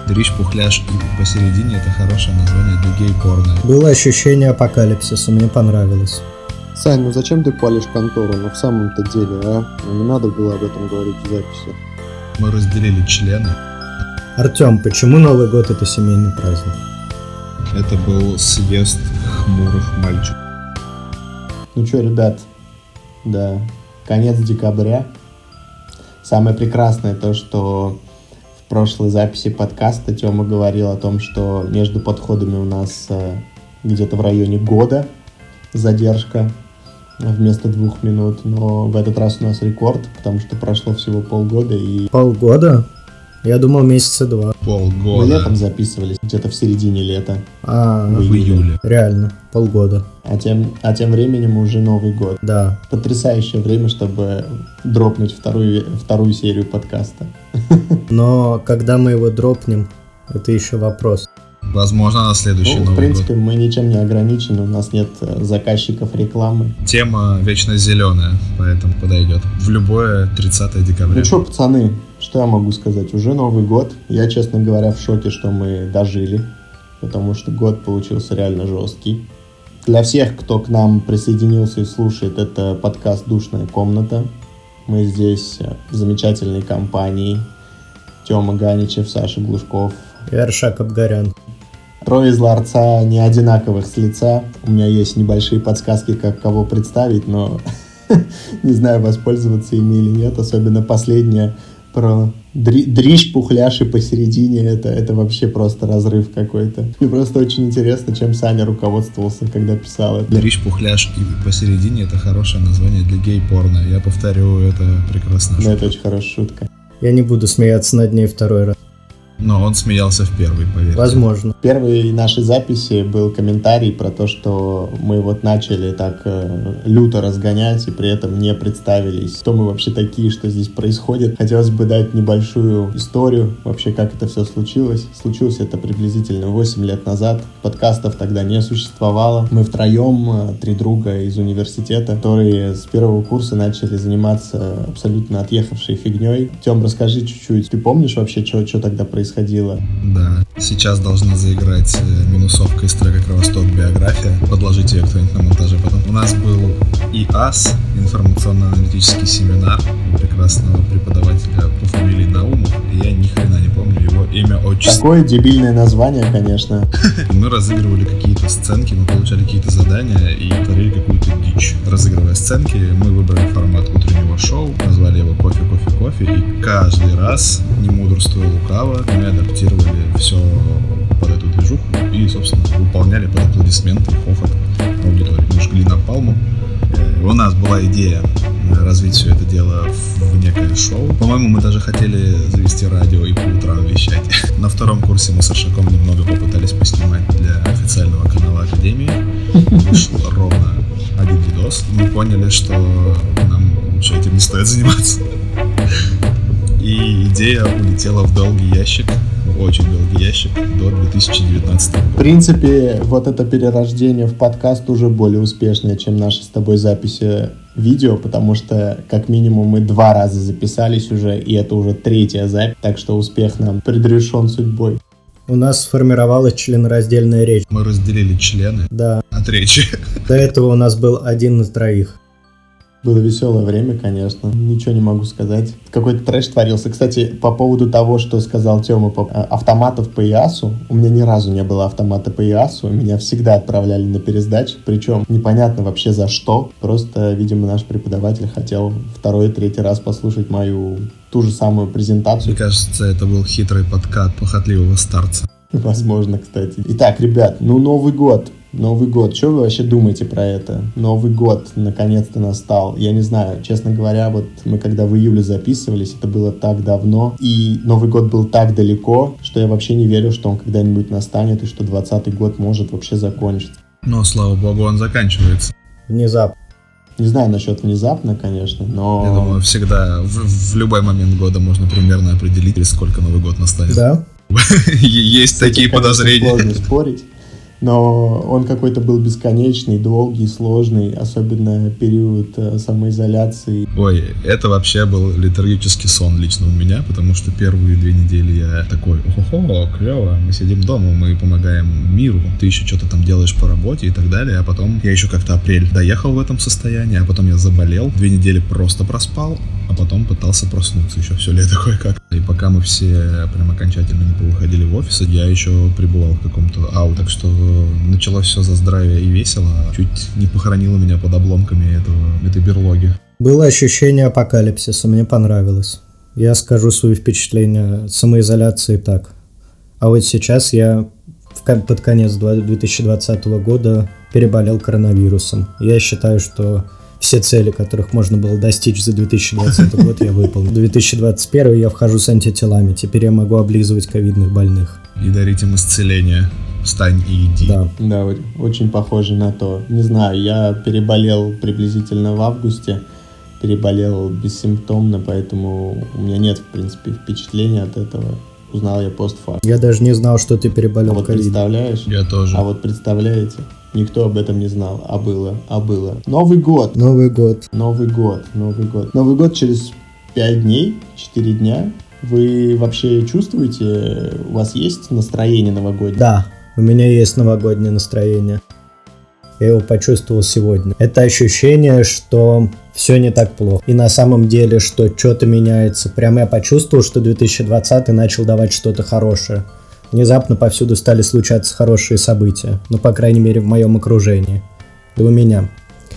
Дрищ, пухляж и посередине — это хорошее название для гей-порно. Было ощущение апокалипсиса, мне понравилось. Сань, ну зачем ты палишь контору? Ну в самом-то деле, а? Ну, не надо было об этом говорить в записи. Мы разделили члены. Артём, почему Новый год — это семейный праздник? Это был съезд хмурых мальчиков. Ну чё, ребят, да, конец декабря. Самое прекрасное то, что в прошлой записи подкаста Тёма говорил о том, что между подходами у нас где-то в районе года задержка вместо 2 минут, но в этот раз у нас рекорд, потому что прошло всего полгода и... Полгода? Я думал, месяца 2. Полгода. Мы летом записывались, где-то в середине лета. В июле. Реально, полгода. А тем временем уже Новый год. Да. Потрясающее время, чтобы дропнуть вторую серию подкаста. Но когда мы его дропнем, это еще вопрос. Возможно, на следующий Новый В принципе, год. мы ничем не ограничены, у нас нет заказчиков рекламы. Тема вечно зеленая, поэтому подойдет. В любое 30 декабря. Ну что, пацаны, что я могу сказать? Уже Новый год. Я, честно говоря, в шоке, что мы дожили, потому что год получился реально жесткий. Для всех, кто к нам присоединился и слушает, это подкаст «Душная комната». Мы здесь в замечательной компании. Тёма Ганичев, Саша Глушков И Аршак Абгарян. Трое из ларца не одинаковых с лица. У меня есть небольшие подсказки, как кого представить, но не знаю, воспользоваться ими или нет. Особенно последняя про дрищ, пухляж и посередине. Это вообще просто разрыв какой-то. Мне просто очень интересно, чем Саня руководствовался, когда писал это. Дрищ, пухляж и посередине — это хорошее название для гей-порно. Я повторю, это прекрасная шутка. Да, это очень хорошая шутка. Я не буду смеяться над ней второй раз. Но он смеялся в первый, поверьте. Возможно. В первой нашей записи был комментарий про то, что мы вот начали так люто разгонять и при этом не представились, кто мы вообще такие, что здесь происходит. Хотелось бы дать небольшую историю, вообще как это все случилось. Случилось это приблизительно 8 лет назад. Подкастов тогда не существовало. Мы втроем, 3 друга из университета, которые с первого курса начали заниматься абсолютно отъехавшей фигней. Тём, расскажи чуть-чуть. Ты помнишь вообще, что тогда происходило? Да, сейчас должна заиграть минусовка из трека «Кровосток. Биография». Подложите ее кто-нибудь на монтаже потом. У нас был ИАС, информационно-аналитический семинар у прекрасного преподавателя по фамилии Наумов. Я ни хрена не помню его имя, отчество. Такое дебильное название, конечно. Мы разыгрывали какие-то сценки, мы получали какие-то задания и творили какую-то дичь. Разыгрывая сценки, мы выбрали формат утреннего шоу, назвали его «Кофе, кофе, кофе», и каждый раз, не мудрствуя лукаво, мы адаптировали все под эту движуху и, собственно, выполняли под аплодисменты и хохот аудитории. Мы жгли напалму. У нас была идея развить все это дело в некое шоу. По-моему, мы даже хотели завести радио и по утрам вещать. На 2-м курсе мы с Аршаком немного попытались поснимать для официального канала Академии. Вышел ровно 1 видос. Мы поняли, что нам лучше этим не стоит заниматься. И идея улетела в долгий ящик, очень долгий ящик, до 2019 года. В принципе, вот это перерождение в подкаст уже более успешное, чем наши с тобой записи видео, потому что, как минимум, мы 2 раза записались уже, и это уже 3-я запись, так что успех нам предрешен судьбой. У нас сформировалась членораздельная речь. Мы разделили члены Да. от речи. До этого у нас был 1 из 3. Было веселое время, конечно. Ничего не могу сказать. Какой-то трэш творился. Кстати, по поводу того, что сказал Тёма по автоматов по ИАСу. У меня ни разу не было автомата по ИАСу. Меня всегда отправляли на пересдачи. Причем непонятно вообще за что. Просто, видимо, наш преподаватель хотел 2-й, 3-й раз послушать мою ту же самую презентацию. Мне кажется, это был хитрый подкат похотливого старца. Возможно, кстати. Итак, ребят, Новый год. Новый год. Что вы вообще думаете про это? Новый год наконец-то настал. Я не знаю, честно говоря, вот мы когда в июле записывались, это было так давно, и Новый год был так далеко, что я вообще не верю, что он когда-нибудь настанет, и что 2020 год может вообще закончиться. Но, слава богу, он заканчивается. Внезапно. Не знаю насчет внезапно, конечно, но... Я думаю, всегда, в любой момент года можно примерно определить, сколько Новый год настанет. Да. Есть такие подозрения. Сложно спорить. но он какой-то был бесконечный, долгий, сложный, особенно период самоизоляции. Ой, это вообще был летаргический сон лично у меня, потому что первые 2 недели я такой: охо-хо, клево, мы сидим дома, мы помогаем миру, ты еще что-то там делаешь по работе и так далее, а потом я еще как-то апрель доехал в этом состоянии, а потом я заболел, 2 недели просто проспал, а потом пытался проснуться еще все лето кое-как. И пока мы все прям окончательно не повыходили в офис, я еще пребывал в каком-то ау. Так что началось все за здравие и весело. Чуть не похоронило меня под обломками этой берлоги. Было ощущение апокалипсиса, мне понравилось. Я скажу свои впечатления самоизоляции так. А вот сейчас я под конец 2020 года переболел коронавирусом. Я считаю, что все цели, которых можно было достичь за 2020 год, я выполнил. В 2021 я вхожу с антителами. Теперь я могу облизывать ковидных больных. И дарить им исцеление. Встань и иди. Да, очень похоже на то. Не знаю, я переболел приблизительно в августе. Переболел бессимптомно, поэтому у меня нет, в принципе, впечатления от этого. Узнал я постфактум. Я даже не знал, что ты переболел вот ковидом. Представляешь? Я тоже. А вот представляете? Никто об этом не знал, а было. Новый год через 5 дней, 4 дня. Вы вообще чувствуете, у вас есть настроение новогоднее? Да, у меня есть новогоднее настроение. Я его почувствовал сегодня. Это ощущение, что все не так плохо. И на самом деле, что что-то меняется. Прямо я почувствовал, что 2020 начал давать что-то хорошее. Внезапно повсюду стали случаться хорошие события. Ну, по крайней мере, в моем окружении. И у меня.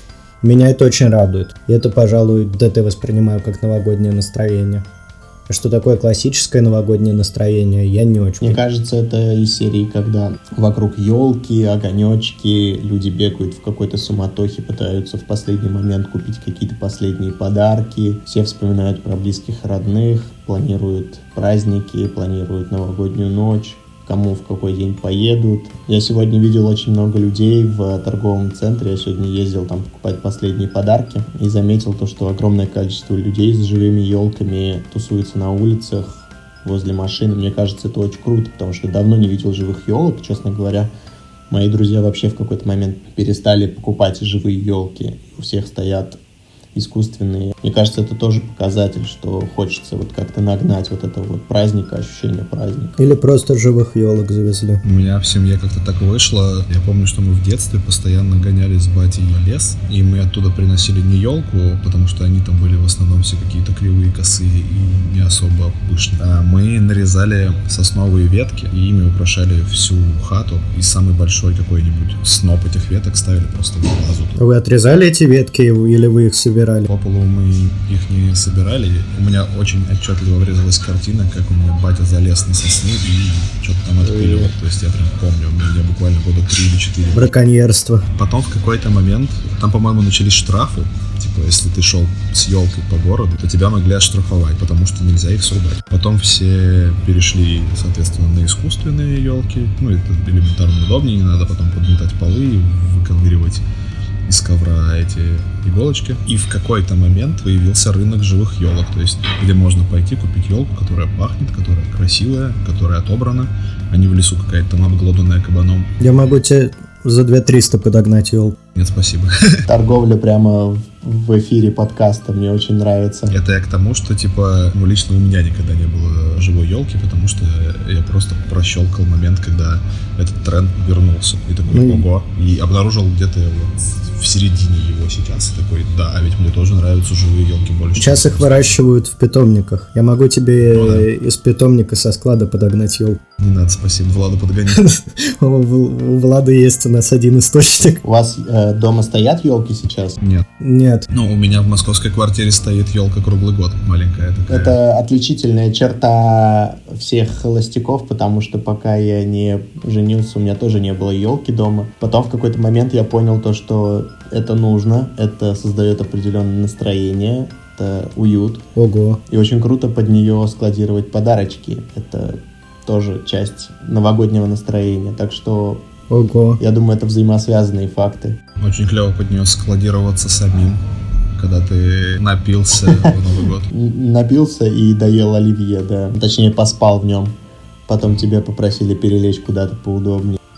Меня это очень радует. И это, пожалуй, это я воспринимаю как новогоднее настроение. А что такое классическое новогоднее настроение, я не очень. Мне кажется, это из серии, когда вокруг елки, огонечки, люди бегают в какой-то суматохе, пытаются в последний момент купить какие-то последние подарки. Все вспоминают про близких родных, планируют праздники, планируют новогоднюю ночь, кому в какой день поедут. Я сегодня видел очень много людей в торговом центре. Я сегодня ездил там покупать последние подарки и заметил то, что огромное количество людей с живыми елками тусуется на улицах, возле машин. Мне кажется, это очень круто, потому что давно не видел живых елок. Честно говоря, мои друзья вообще в какой-то момент перестали покупать живые елки. У всех стоят искусственные. Мне кажется, это тоже показатель, что хочется вот как-то нагнать вот это вот праздника, ощущение праздника. Или просто живых елок завезли. У меня в семье как-то так вышло. Я помню, что мы в детстве постоянно гонялись с батей в лес, и мы оттуда приносили не елку, потому что они там были в основном все какие-то кривые, косые и не особо пышные. А мы нарезали сосновые ветки и ими украшали всю хату, и самый большой какой-нибудь сноп этих веток ставили просто в вазу. Вы отрезали эти ветки или вы их собирали? По полу мы их не собирали. У меня очень отчетливо врезалась картина, как у меня батя залез на сосны и что-то там отпиливал. То есть я прям помню, мне буквально года 3 или 4. Браконьерство. Потом в какой-то момент, там, по-моему, начались штрафы. Типа, если ты шел с елкой по городу, то тебя могли оштрафовать, потому что нельзя их срубать. Потом все перешли, соответственно, на искусственные елки. Ну, это элементарно удобнее, не надо потом подметать полы, выковыривать из ковра эти иголочки. И в какой-то момент появился рынок живых елок, то есть где можно пойти купить елку, которая пахнет, которая красивая, которая отобрана, а не в лесу какая-то там обглоданная кабаном. Я могу тебе за 2300 подогнать елку. Нет, спасибо. Торговля прямо в эфире подкаста мне очень нравится. Это я к тому, что, типа, лично у меня никогда не было живой елки, потому что я просто прощелкал момент, когда этот тренд вернулся. И такой, ого. И обнаружил где-то вот в середине его сейчас. И такой, да, а ведь мне тоже нравятся живые елки больше. Сейчас их выращивают в питомниках. Я могу тебе из питомника со склада подогнать елку. Не надо, спасибо, Влада подгонит. У Влада есть у нас один источник. У вас дома стоят елки сейчас? Нет. Ну, у меня в московской квартире стоит елка круглый год, маленькая такая. Это отличительная черта всех холостяков, потому что пока я не женился, у меня тоже не было елки дома. Потом в какой-то момент я понял то, что это нужно, это создает определенное настроение, это уют. Ого. И очень круто под нее складировать подарочки. Это тоже часть новогоднего настроения. Так что, я думаю, это взаимосвязанные факты. Очень клево под нее складироваться самим, когда ты напился в Новый год. Напился и доел оливье, да. Точнее, поспал в нем. Потом тебя попросили перелечь куда-то поудобнее.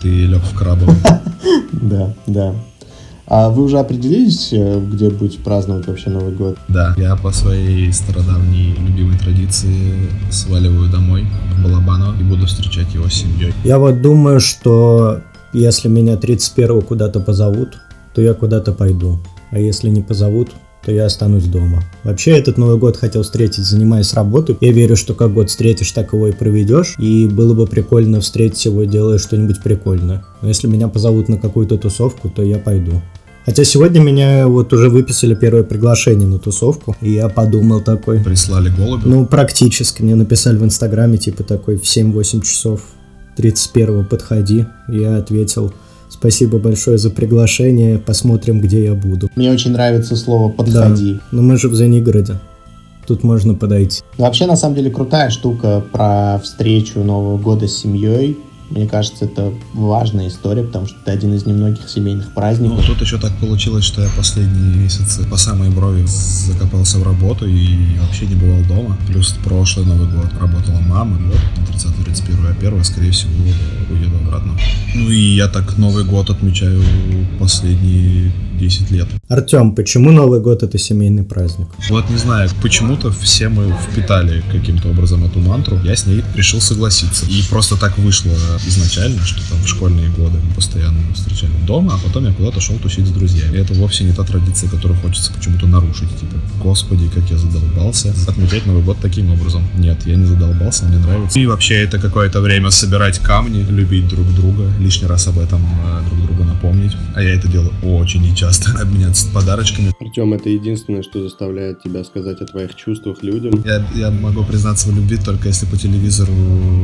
Ты лег в крабовый. Да, да. А вы уже определились, где будете праздновать вообще Новый год? Да, я по своей стародавней любимой традиции сваливаю домой в Балабаново и буду встречать его с семьей. Я вот думаю, что если меня 31-го куда-то позовут, то я куда-то пойду. А если не позовут, то я останусь дома. Вообще, этот Новый год хотел встретить, занимаясь работой. Я верю, что как год встретишь, так его и проведешь. И было бы прикольно встретить его, делая что-нибудь прикольное. Но если меня позовут на какую-то тусовку, то я пойду. Хотя сегодня меня вот уже выписали первое приглашение на тусовку, и я подумал такой... Прислали голубя? Ну, практически. Мне написали в Инстаграме, типа такой, в 7-8 часов 31-го подходи. Я ответил: спасибо большое за приглашение, посмотрим, где я буду. Мне очень нравится слово «подходи». Да, но мы же в Звенигороде. Тут можно подойти. Вообще, на самом деле, крутая штука про встречу Нового года с семьей. Мне кажется, это важная история, потому что это один из немногих семейных праздников. Ну, тут еще так получилось, что я последние месяцы по самой брови закопался в работу и вообще не бывал дома. Плюс прошлый Новый год работала мама, вот, 30-31, а 1, скорее всего, уеду обратно. Ну и я так Новый год отмечаю последние 10 лет. Артем, почему Новый год — это семейный праздник? Вот не знаю, почему-то все мы впитали каким-то образом эту мантру. Я с ней решил согласиться. И просто так вышло изначально, что там в школьные годы мы постоянно встречали дома, а потом я куда-то шел тусить с друзьями. И это вовсе не та традиция, которую хочется почему-то нарушить. Типа, господи, как я задолбался отмечать Новый год таким образом. Нет, я не задолбался, мне нравится. И вообще это какое-то время собирать камни, любить друг друга, лишний раз об этом друг другу напомнить. А я это делаю очень нечасто. Обменяться подарочками. Артем, это единственное, что заставляет тебя сказать о твоих чувствах людям. Я могу признаться в любви только если по телевизору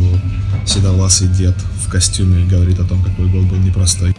седовласый дед в костюме говорит о том, какой год был непростой.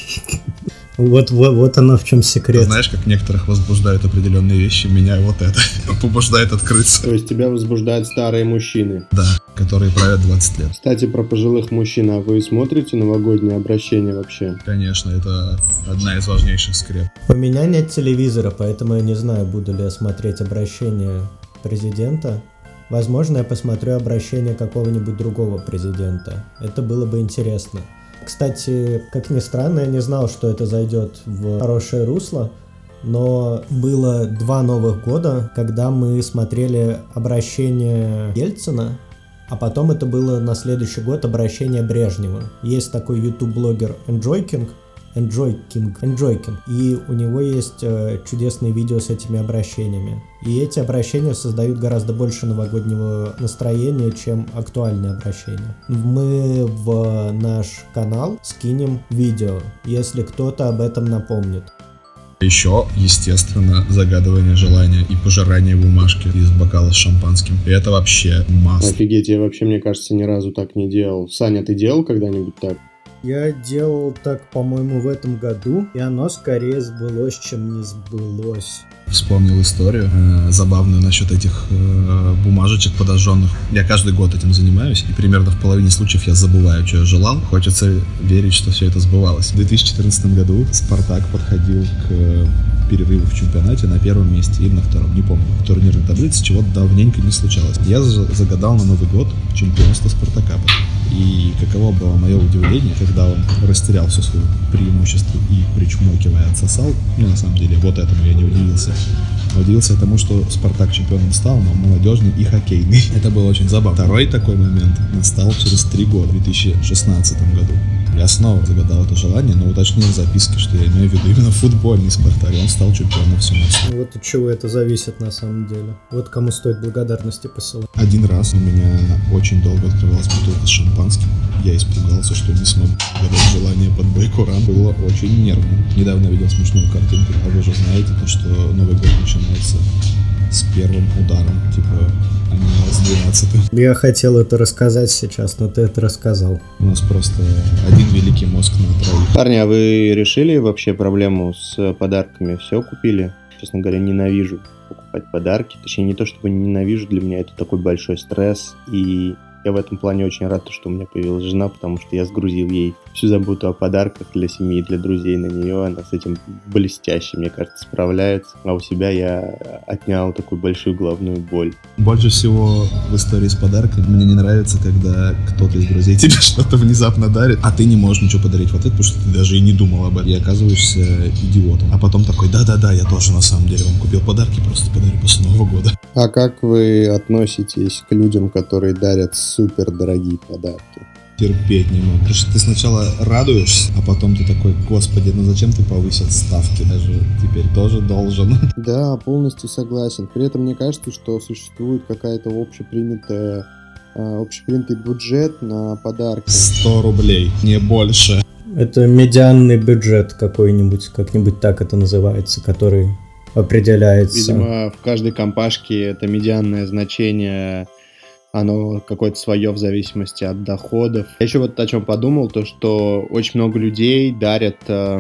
Вот оно в чем секрет. Знаешь, как некоторых возбуждают определенные вещи, меня вот это побуждает открыться. То есть тебя возбуждают старые мужчины? Да, которые правят 20 лет. Кстати, про пожилых мужчин, а вы смотрите новогодние обращения вообще? Конечно, это одна из важнейших скреп. У меня нет телевизора, поэтому я не знаю, буду ли я смотреть обращение президента. Возможно, я посмотрю обращение какого-нибудь другого президента. Это было бы интересно. Кстати, как ни странно, я не знал, что это зайдет в хорошее русло, но было 2 Новых года, когда мы смотрели обращение Ельцина, а потом это было на следующий год обращение Брежнева. Есть такой YouTube-блогер Enjoy King, и у него есть чудесные видео с этими обращениями. И эти обращения создают гораздо больше новогоднего настроения, чем актуальные обращения. Мы в наш канал скинем видео, если кто-то об этом напомнит. Еще, естественно, загадывание желания и пожирание бумажки из бокала с шампанским. И это вообще масса. Офигеть, я вообще, мне кажется, ни разу так не делал. Саня, ты делал когда-нибудь так? Я делал так, по-моему, в этом году, и оно скорее сбылось, чем не сбылось. Вспомнил историю забавную насчет этих бумажечек подожженных. Я каждый год этим занимаюсь, и примерно в половине случаев я забываю, что я желал. Хочется верить, что все это сбывалось. В 2014 году «Спартак» подходил к перерыву в чемпионате на 1 месте или на 2, не помню, в турнирной таблице, чего давненько не случалось. Я загадал на Новый год чемпионство «Спартака». И каково было мое удивление, когда он растерял все свое преимущество и, причмокивая, отсосал. Ну, на самом деле, вот этому я не удивился. Удивился тому, что «Спартак» чемпионом стал, но молодежный и хоккейный. Это было очень забавно. Второй такой момент настал через 3 года, в 2016 году. Я снова загадал это желание, но уточнил в записке, что я имею в виду именно футбольный «Спартак». И он стал чемпионом всего мира. Вот от чего это зависит на самом деле. Вот кому стоит благодарности посылать. Один раз у меня очень долго открывалась бутылка с шампанским. Я испугался, что не смогу загадать желание под Байкуран. Было очень нервно. Недавно видел смешную картинку. А вы же знаете, то, что Новый год начинается с первым ударом. Типа, а не с 12-м. Я хотел это рассказать сейчас, но ты это рассказал. У нас просто один великий мозг на троих. Парни, а вы решили вообще проблему с подарками? Все купили? Честно говоря, ненавижу покупать подарки. Точнее, не то чтобы ненавижу, для меня это такой большой стресс. И Я в этом плане очень рад, что у меня появилась жена, потому что я сгрузил ей всю заботу о подарках для семьи и для друзей на нее. Она с этим блестяще, мне кажется, справляется. А у себя я отнял такую большую головную боль. Больше всего в истории с подарками мне не нравится, когда кто-то из друзей тебе что-то внезапно дарит, а ты не можешь ничего подарить в ответ, потому что ты даже и не думал об этом. И оказываешься идиотом. А потом такой, да-да-да, я тоже на самом деле вам купил подарки, просто подарю после Нового года. А как вы относитесь к людям, которые дарят супер дорогие подарки? Терпеть не могу. Потому что ты сначала радуешься, а потом ты такой, господи, ну зачем ты повысил ставки? Даже теперь тоже должен. Да, полностью согласен. При этом мне кажется, что существует какая-то общепринятый бюджет на подарки. 100 рублей, не больше. Это медианный бюджет какой-нибудь, как-нибудь так это называется, который определяется. Видимо, в каждой компашке это медианное значение, оно какое-то свое в зависимости от доходов. Я еще вот о чем подумал, то что очень много людей дарят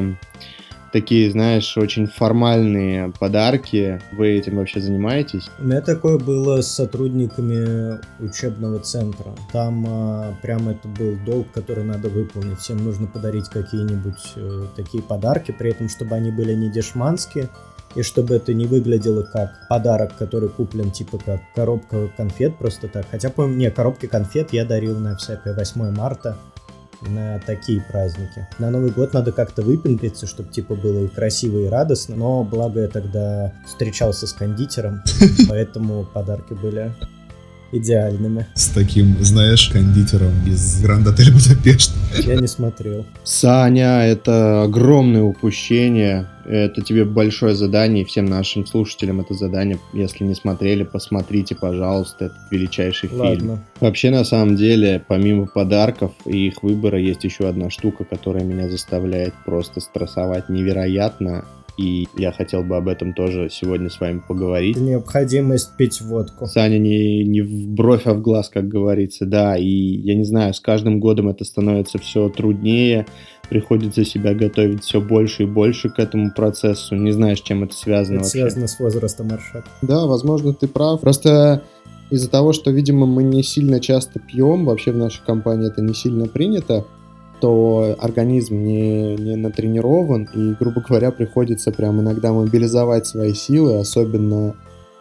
такие, знаешь, очень формальные подарки. Вы этим вообще занимаетесь? У меня такое было с сотрудниками учебного центра. Там прямо это был долг, который надо выполнить. Всем нужно подарить какие-нибудь такие подарки, при этом, чтобы они были не дешманские, и чтобы это не выглядело как подарок, который куплен типа как коробка конфет просто так. Хотя, помню, коробки конфет я дарил на всякое 8 марта, на такие праздники. На Новый год надо как-то выпендриться, чтобы типа было и красиво, и радостно. Но благо я тогда встречался с кондитером, поэтому подарки были идеальными. С таким, знаешь, кондитером из Гранд Отель Будапешт. Я не смотрел. Саня, это огромное упущение. Это тебе большое задание, и всем нашим слушателям это задание. Если не смотрели, посмотрите, пожалуйста, этот величайший фильм. Ладно. Вообще, на самом деле, помимо подарков и их выбора, есть еще одна штука, которая меня заставляет просто стрессовать невероятно. И я хотел бы об этом тоже сегодня с вами поговорить. Необходимость пить водку. Саня, не в бровь, а в глаз, как говорится, да. И я не знаю, с каждым годом это становится все труднее. Приходится себя готовить все больше и больше к этому процессу. Не знаю, с чем это связано Это вообще. связано с возрастом, Аршак. Да, возможно, ты прав. Просто из-за того, что, видимо, мы не сильно часто пьем, вообще в нашей компании это не сильно принято, то организм не натренирован, и, грубо говоря, приходится прям иногда мобилизовать свои силы, особенно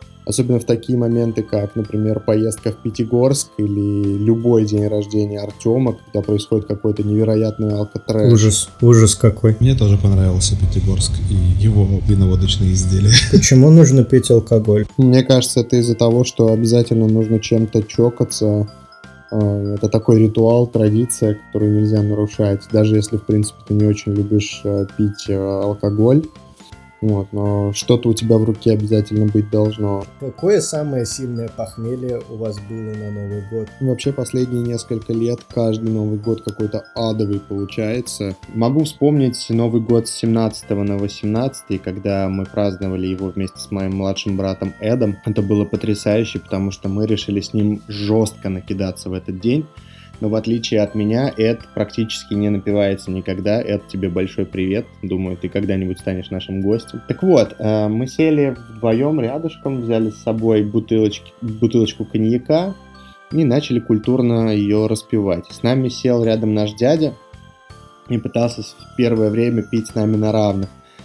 в такие моменты, как, например, поездка в Пятигорск или любой день рождения Артема, когда происходит какой-то невероятный алкотрэш. Ужас какой. Мне тоже понравился Пятигорск и его виноводочные изделия. Почему нужно пить алкоголь? Мне кажется, это из-за того, что обязательно нужно чем-то чокаться. Это такой ритуал, традиция, которую нельзя нарушать, даже если, в принципе, ты не очень любишь пить алкоголь. Вот, но что-то у тебя в руке обязательно быть должно. Какое самое сильное похмелье у вас было на Новый год? Вообще, последние несколько лет каждый Новый год какой-то адовый получается. Могу вспомнить Новый год с 17 на 18, когда мы праздновали его вместе с моим младшим братом Эдом. Это было потрясающе, потому что мы решили с ним жестко накидаться в этот день. Но в отличие от меня, Эд практически не напивается никогда. Эд, тебе большой привет. Думаю, ты когда-нибудь станешь нашим гостем. Так вот, мы сели вдвоем рядышком, взяли с собой бутылочку коньяка и начали культурно ее распивать. С нами сел рядом наш дядя и пытался в первое время пить с нами на равных.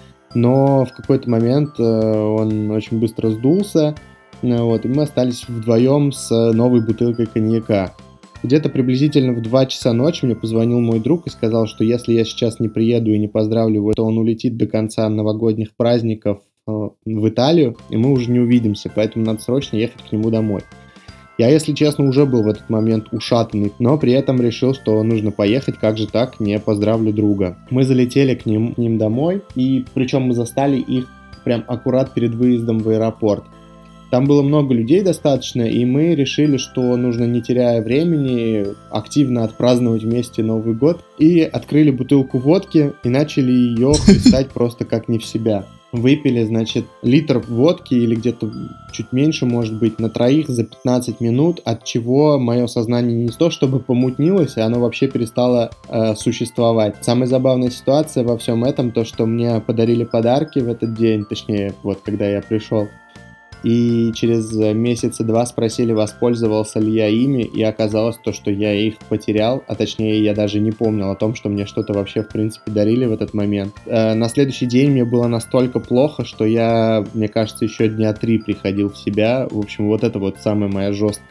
Но в какой-то момент он очень быстро сдулся, вот, и мы остались вдвоем с новой бутылкой коньяка. Где-то приблизительно в 2 часа ночи мне позвонил мой друг и сказал, что если я сейчас не приеду и не поздравлю его, то он улетит до конца новогодних праздников в Италию, и мы уже не увидимся, поэтому надо срочно ехать к нему домой. Я, если честно, уже был в этот момент ушатанный, но при этом решил, что нужно поехать, как же так, не поздравлю друга. Мы залетели к ним домой, и причем мы застали их прям аккурат перед выездом в аэропорт. Там было много людей достаточно, и мы решили, что нужно, не теряя времени, активно отпраздновать вместе Новый год. И открыли бутылку водки и начали ее хлестать просто как не в себя. Выпили, значит, литр водки или где-то чуть меньше, может быть, на троих за 15 минут, от чего мое сознание не то чтобы помутнилось, а оно вообще перестало существовать. Самая забавная ситуация во всем этом, то, что мне подарили подарки в этот день, точнее, вот когда я пришел. И через месяца 2 спросили, воспользовался ли я ими, и оказалось то, что я их потерял, а точнее я даже не помнил о том, что мне что-то вообще в принципе дарили в этот момент. На следующий день мне было настолько плохо, что я, мне кажется, еще дня 3 приходил в себя. В общем, вот это вот самое мое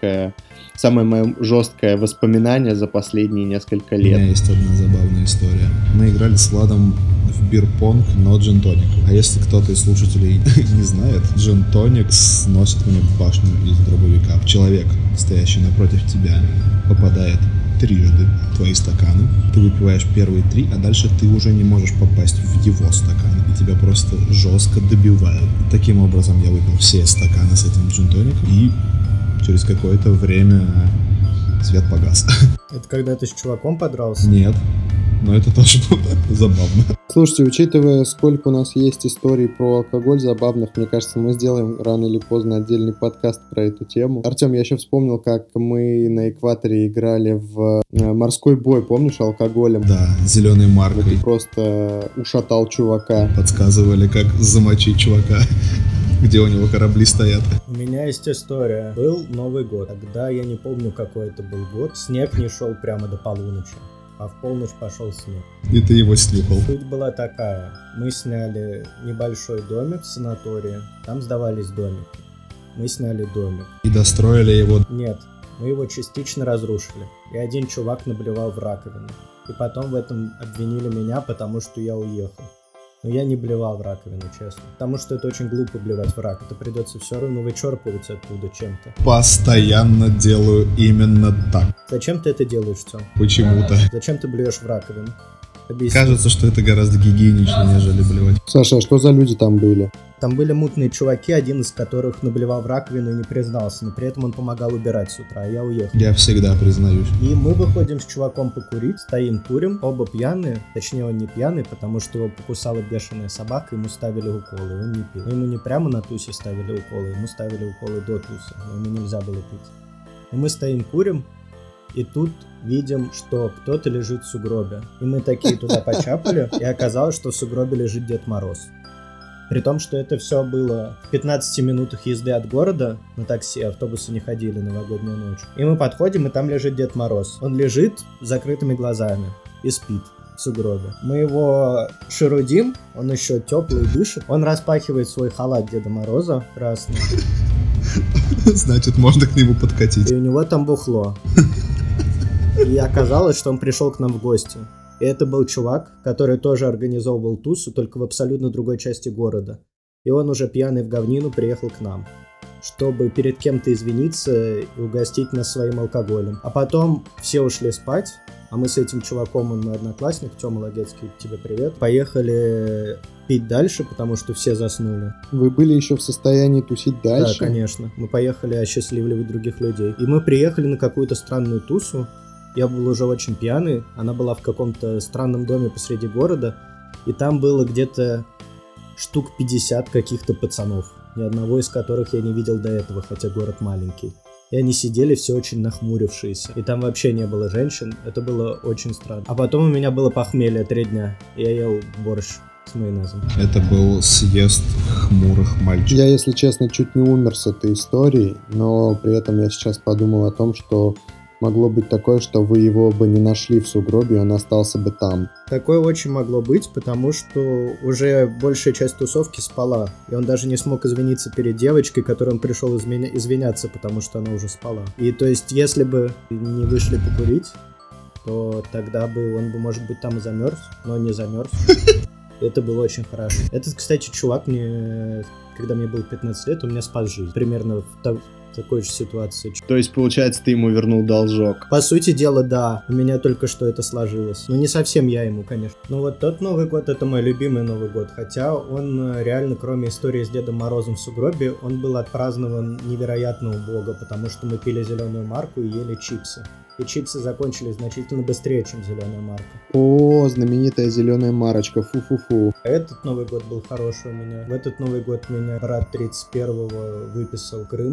жесткое воспоминание за последние несколько У лет. меня есть одна забавная история. Мы играли с Владом в бирпонг, но джин-тоник. А если кто-то из слушателей не знает, джин-тоник сносит мне башню из дробовика. Человек, стоящий напротив тебя, попадает трижды в твои стаканы. Ты выпиваешь первые 3, а дальше ты уже не можешь попасть в его стакан. И тебя просто жестко добивают. Таким образом я выпил все стаканы с этим джин-тоником, и через какое-то время свет погас. Это когда ты с чуваком подрался? Нет, но это тоже было забавно. Слушайте, учитывая, сколько у нас есть историй про алкоголь забавных, мне кажется, мы сделаем рано или поздно отдельный подкаст про эту тему. Артем, я еще вспомнил, как мы на экваторе играли в морской бой, помнишь, алкоголем? Да, зеленой Ты маркой. просто ушатал чувака. Подсказывали, как замочить чувака, где у него корабли стоят. У меня есть история. Был Новый год. Тогда я не помню, какой это был год. Снег не шел прямо до полуночи, а в полночь пошел снег. И ты его снюхал. Суть была такая. Мы сняли небольшой домик в санатории. Там сдавались домики. Мы сняли домик. И достроили его. Нет, мы его частично разрушили. И один чувак наблевал в раковину. И потом в этом обвинили меня, потому что я уехал. Но я не блевал в раковину, честно. Потому что это очень глупо блевать в рак. Это придется все равно вычерпывать оттуда чем-то. Постоянно делаю именно так. Зачем ты это делаешь, Тём? Почему-то. Зачем ты блюешь в раковину? Объясни. Кажется, что это гораздо гигиеничнее, нежели блевать. Саша, а что за люди там были? Там были мутные чуваки, один из которых наблевал в раковину и не признался, но при этом он помогал убирать с утра, а я уехал. Я всегда признаюсь. И мы выходим с чуваком покурить, стоим, курим, оба пьяные, точнее он не пьяный, потому что его покусала бешеная собака, ему ставили уколы, он не пил. Но ему не прямо на тусе ставили уколы, ему ставили уколы до туса, но ему нельзя было пить. И мы стоим, курим, и тут видим, что кто-то лежит в сугробе. И мы такие туда почапали, и оказалось, что в сугробе лежит Дед Мороз. При том, что это все было в 15 минутах езды от города на такси, автобусы не ходили новогоднюю ночь. И мы подходим, и там лежит Дед Мороз. Он лежит с закрытыми глазами и спит в сугробе. Мы его шерудим, он еще теплый, дышит. Он распахивает свой халат Деда Мороза красный, Значит, можно к нему подкатить. и у него там бухло. И оказалось, что он пришел к нам в гости. И это был чувак, который тоже организовывал тусу, только в абсолютно другой части города. И он уже пьяный в говнину приехал к нам, чтобы перед кем-то извиниться и угостить нас своим алкоголем. А потом все ушли спать, а мы с этим чуваком, он мой одноклассник, Тёма Лагецкий, тебе привет, поехали пить дальше, потому что все заснули. Вы были еще в состоянии тусить дальше? Да, конечно. Мы поехали осчастливливать других людей. И мы приехали на какую-то странную тусу. Я был уже очень пьяный. Она была в каком-то странном доме посреди города. И там было где-то штук 50 каких-то пацанов. Ни одного из которых я не видел до этого, хотя город маленький. И они сидели все очень нахмурившиеся. И там вообще не было женщин. Это было очень странно. А потом у меня было похмелье 3 дня. Я ел борщ с майонезом. Это был съезд хмурых мальчиков. Я, если честно, чуть не умер с этой историей, но при этом я сейчас подумал о том, что могло быть такое, что вы его бы не нашли в сугробе, и он остался бы там. Такое очень могло быть, потому что уже большая часть тусовки спала. И он даже не смог извиниться перед девочкой, которой он пришел извиняться, потому что она уже спала. И то есть, если бы не вышли покурить, то тогда бы он бы, может быть, там и замерз, но не замерз. Это было очень хорошо. Этот, кстати, чувак мне, когда мне было 15 лет, он меня спас жизнь. Примерно в такой же ситуации. То есть, получается, ты ему вернул должок? По сути дела, да. У меня только что это сложилось. Но не совсем я ему, конечно. Но вот тот Новый год — это мой любимый Новый год. Хотя он реально, кроме истории с Дедом Морозом в сугробе, он был отпразднован невероятно убого, потому что мы пили зеленую марку и ели чипсы. И чипсы закончились значительно быстрее, чем зеленая марка. О, знаменитая зеленая марочка, фу-фу-фу. Этот Новый год был хороший у меня. В этот Новый год меня брат 31-го выписал в Крым, чтобы я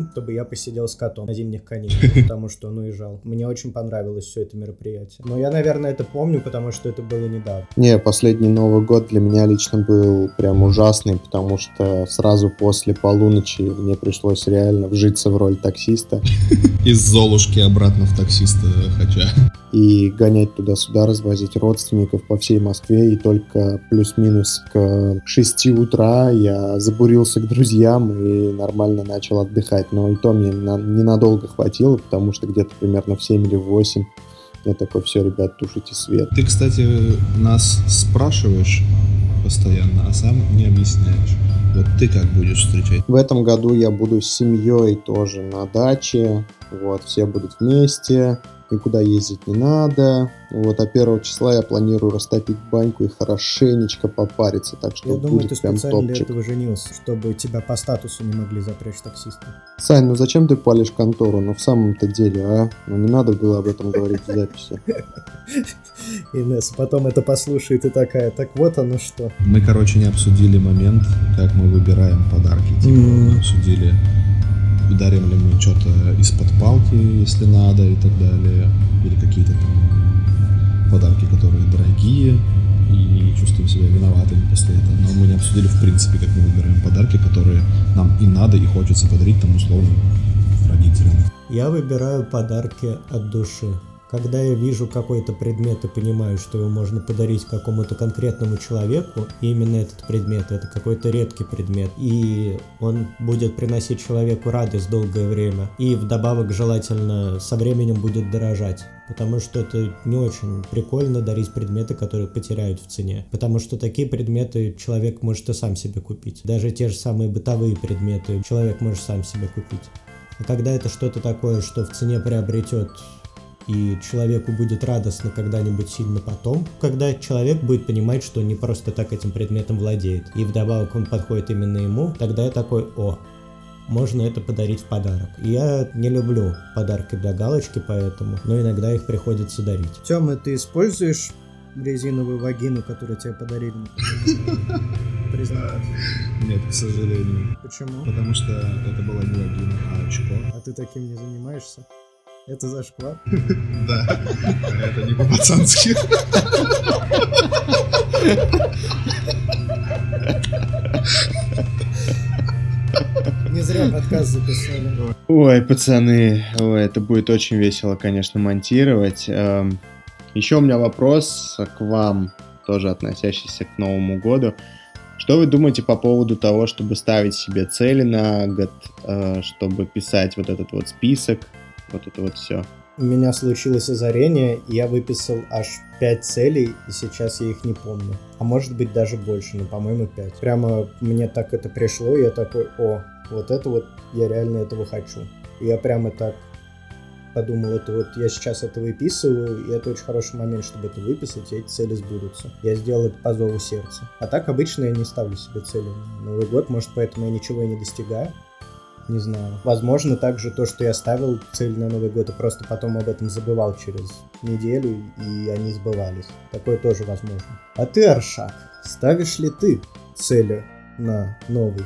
посидел с котом на зимних каникулах, потому что он уезжал. Мне очень понравилось все это мероприятие. Но я, наверное, это помню, потому что это было недавно. Не, последний Новый год для меня лично был прям ужасный, потому что сразу после полуночи мне пришлось реально вжиться в роль таксиста. Из Золушки обратно в таксиста хотя. И гонять туда-сюда, развозить родственников по всей Москве. И только плюс-минус к 6 утра я забурился к друзьям и нормально начал отдыхать. Но и то мне ненадолго хватило, потому что где-то примерно в 7 или в 8 я такой: все, ребят, тушите свет. Ты, кстати, нас спрашиваешь постоянно, а сам не объясняешь. Вот ты как будешь встречать? В этом году я буду с семьей тоже на даче. Вот, все будут вместе. Никуда ездить не надо. Вот, а 1 числа я планирую растопить баньку и хорошенечко попариться, так что Я думаю, ты будет прям специально для топчик. этого женился, чтобы тебя по статусу не могли запрячь таксисты. Сань, ну зачем ты палишь контору? Ну в самом-то деле, а? Ну не надо было об этом говорить в записи. Инесса потом это послушает и такая: так вот оно что. Мы, короче, не обсудили момент, как мы выбираем подарки. Типа, мы обсудили, дарим ли мы что-то из-под палки, если надо, и так далее. Или какие-то там подарки, которые дорогие, и чувствуем себя виноватыми после этого. Но мы не обсудили, в принципе, как мы выбираем подарки, которые нам и надо, и хочется подарить там условно родителям. Я выбираю подарки от души. Когда я вижу какой-то предмет и понимаю, что его можно подарить какому-то конкретному человеку, и именно этот предмет — это какой-то редкий предмет, и он будет приносить человеку радость долгое время, и вдобавок желательно со временем будет дорожать, потому что это не очень прикольно дарить предметы, которые потеряют в цене, потому что такие предметы человек может и сам себе купить. Даже те же самые бытовые предметы человек может сам себе купить. А когда это что-то такое, что в цене приобретет и человеку будет радостно когда-нибудь сильно потом, когда человек будет понимать, что он не просто так этим предметом владеет, и вдобавок он подходит именно ему, тогда я такой: о, можно это подарить в подарок. И я не люблю подарки для галочки, поэтому, но иногда их приходится дарить. Тёма, ты используешь резиновую вагину, которую тебе подарили? Признавайся. Нет, к сожалению. Почему? Потому что это была не вагина, а очко. А ты таким не занимаешься? Это зашквар? Да, это не по-пацански. Не зря подкаст записали. Ой, пацаны, это будет очень весело, конечно, монтировать. Еще у меня вопрос к вам, тоже относящийся к Новому году. Что вы думаете по поводу того, чтобы ставить себе цели на год, чтобы писать вот этот вот список, вот это вот все? У меня случилось озарение, и я выписал аж 5 целей, и сейчас я их не помню. А может быть даже больше, но, по-моему, 5. Прямо мне так это пришло, и я такой: о, вот это вот, я реально этого хочу. И я прямо так подумал, это вот я сейчас это выписываю, и это очень хороший момент, чтобы это выписать, и эти цели сбудутся. Я сделал это по зову сердца. А так обычно я не ставлю себе цели на Новый год, может, поэтому я ничего и не достигаю. Не знаю. Возможно, также то, что я ставил цель на Новый год, и просто потом об этом забывал через неделю, и они сбывались. Такое тоже возможно. А ты, Аршак, ставишь ли ты цели на новый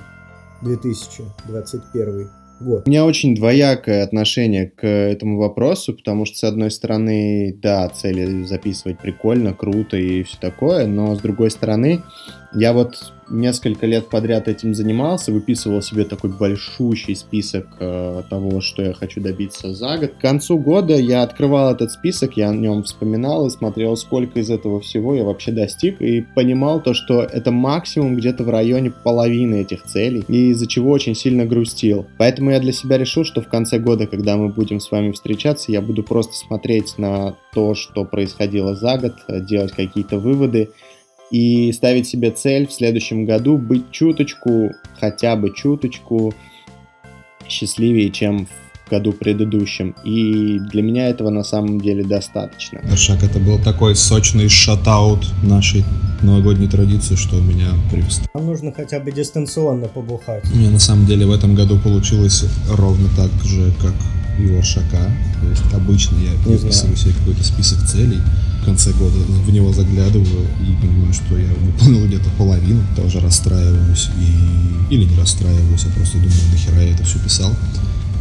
2021 год? У меня очень двоякое отношение к этому вопросу, потому что, с одной стороны, да, цели записывать прикольно, круто и все такое, но, с другой стороны, я вот несколько лет подряд этим занимался, выписывал себе такой большущий список того, что я хочу добиться за год. К концу года я открывал этот список, я о нем вспоминал и смотрел, сколько из этого всего я вообще достиг, и понимал то, что это максимум где-то в районе половины этих целей, и из-за чего очень сильно грустил. Поэтому я для себя решил, что в конце года, когда мы будем с вами встречаться, я буду просто смотреть на то, что происходило за год, делать какие-то выводы, и ставить себе цель в следующем году быть чуточку, хотя бы чуточку счастливее, чем в году предыдущем. И для меня этого на самом деле достаточно. Аршак, это был такой сочный шатаут нашей новогодней традиции, что у меня привстал. Нам нужно хотя бы дистанционно побухать. У меня на самом деле в этом году получилось ровно так же, как и у Аршака. То есть обычно я выписываю себе какой-то список целей, в конце года в него заглядываю и понимаю, что я выполнил где-то половину, тоже расстраиваюсь или не расстраиваюсь, а просто думаю, нахера я это все писал.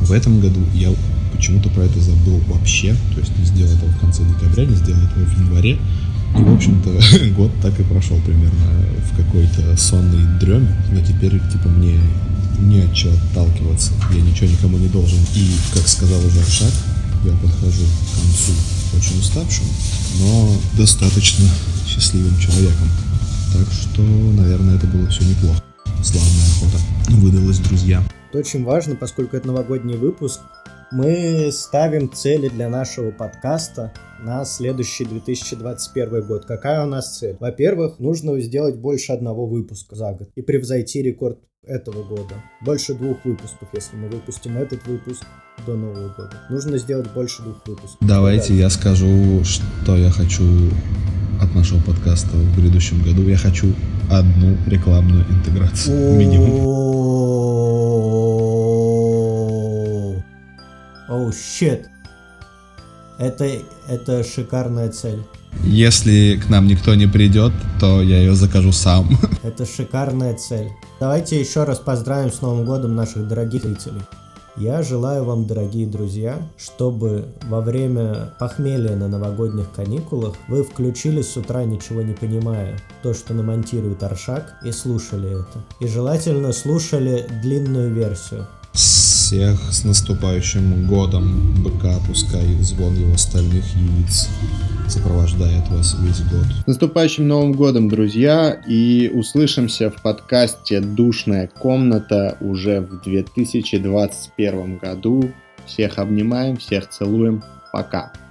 В этом году я почему-то про это забыл вообще, то есть не сделал этого в конце декабря, не сделал этого в январе. И, в общем-то, год так и прошел примерно в какой-то сонной дреме, но теперь, типа, мне не от чего отталкиваться, я ничего никому не должен. И, как сказал уже Аршак, я подхожу к концу очень уставшим, но достаточно счастливым человеком. Так что, наверное, это было все неплохо. Славная охота выдалась, друзья. Это очень важно, поскольку это новогодний выпуск. Мы ставим цели для нашего подкаста на следующий 2021 год. Какая у нас цель? Во-первых, нужно сделать больше одного выпуска за год и превзойти рекорд этого года. Больше 2 выпусков, если мы выпустим этот выпуск до Нового года. Нужно сделать больше 2 выпусков. Давайте я скажу, что я хочу от нашего подкаста в грядущем году. Я хочу одну рекламную интеграцию. Минимум. Оу, щит. Это шикарная цель. Если к нам никто не придет, то я ее закажу сам. Это шикарная цель. Давайте еще раз поздравим с Новым годом наших дорогих зрителей. Я желаю вам, дорогие друзья, чтобы во время похмелья на новогодних каникулах вы включили с утра, ничего не понимая, то, что намонтирует Аршак, и слушали это. И желательно слушали длинную версию. Всех с наступающим годом, быка, пускай звон его стальных яиц сопровождает вас весь год. С наступающим Новым годом, друзья, и услышимся в подкасте «Душная комната» уже в 2021 году. Всех обнимаем, всех целуем. Пока.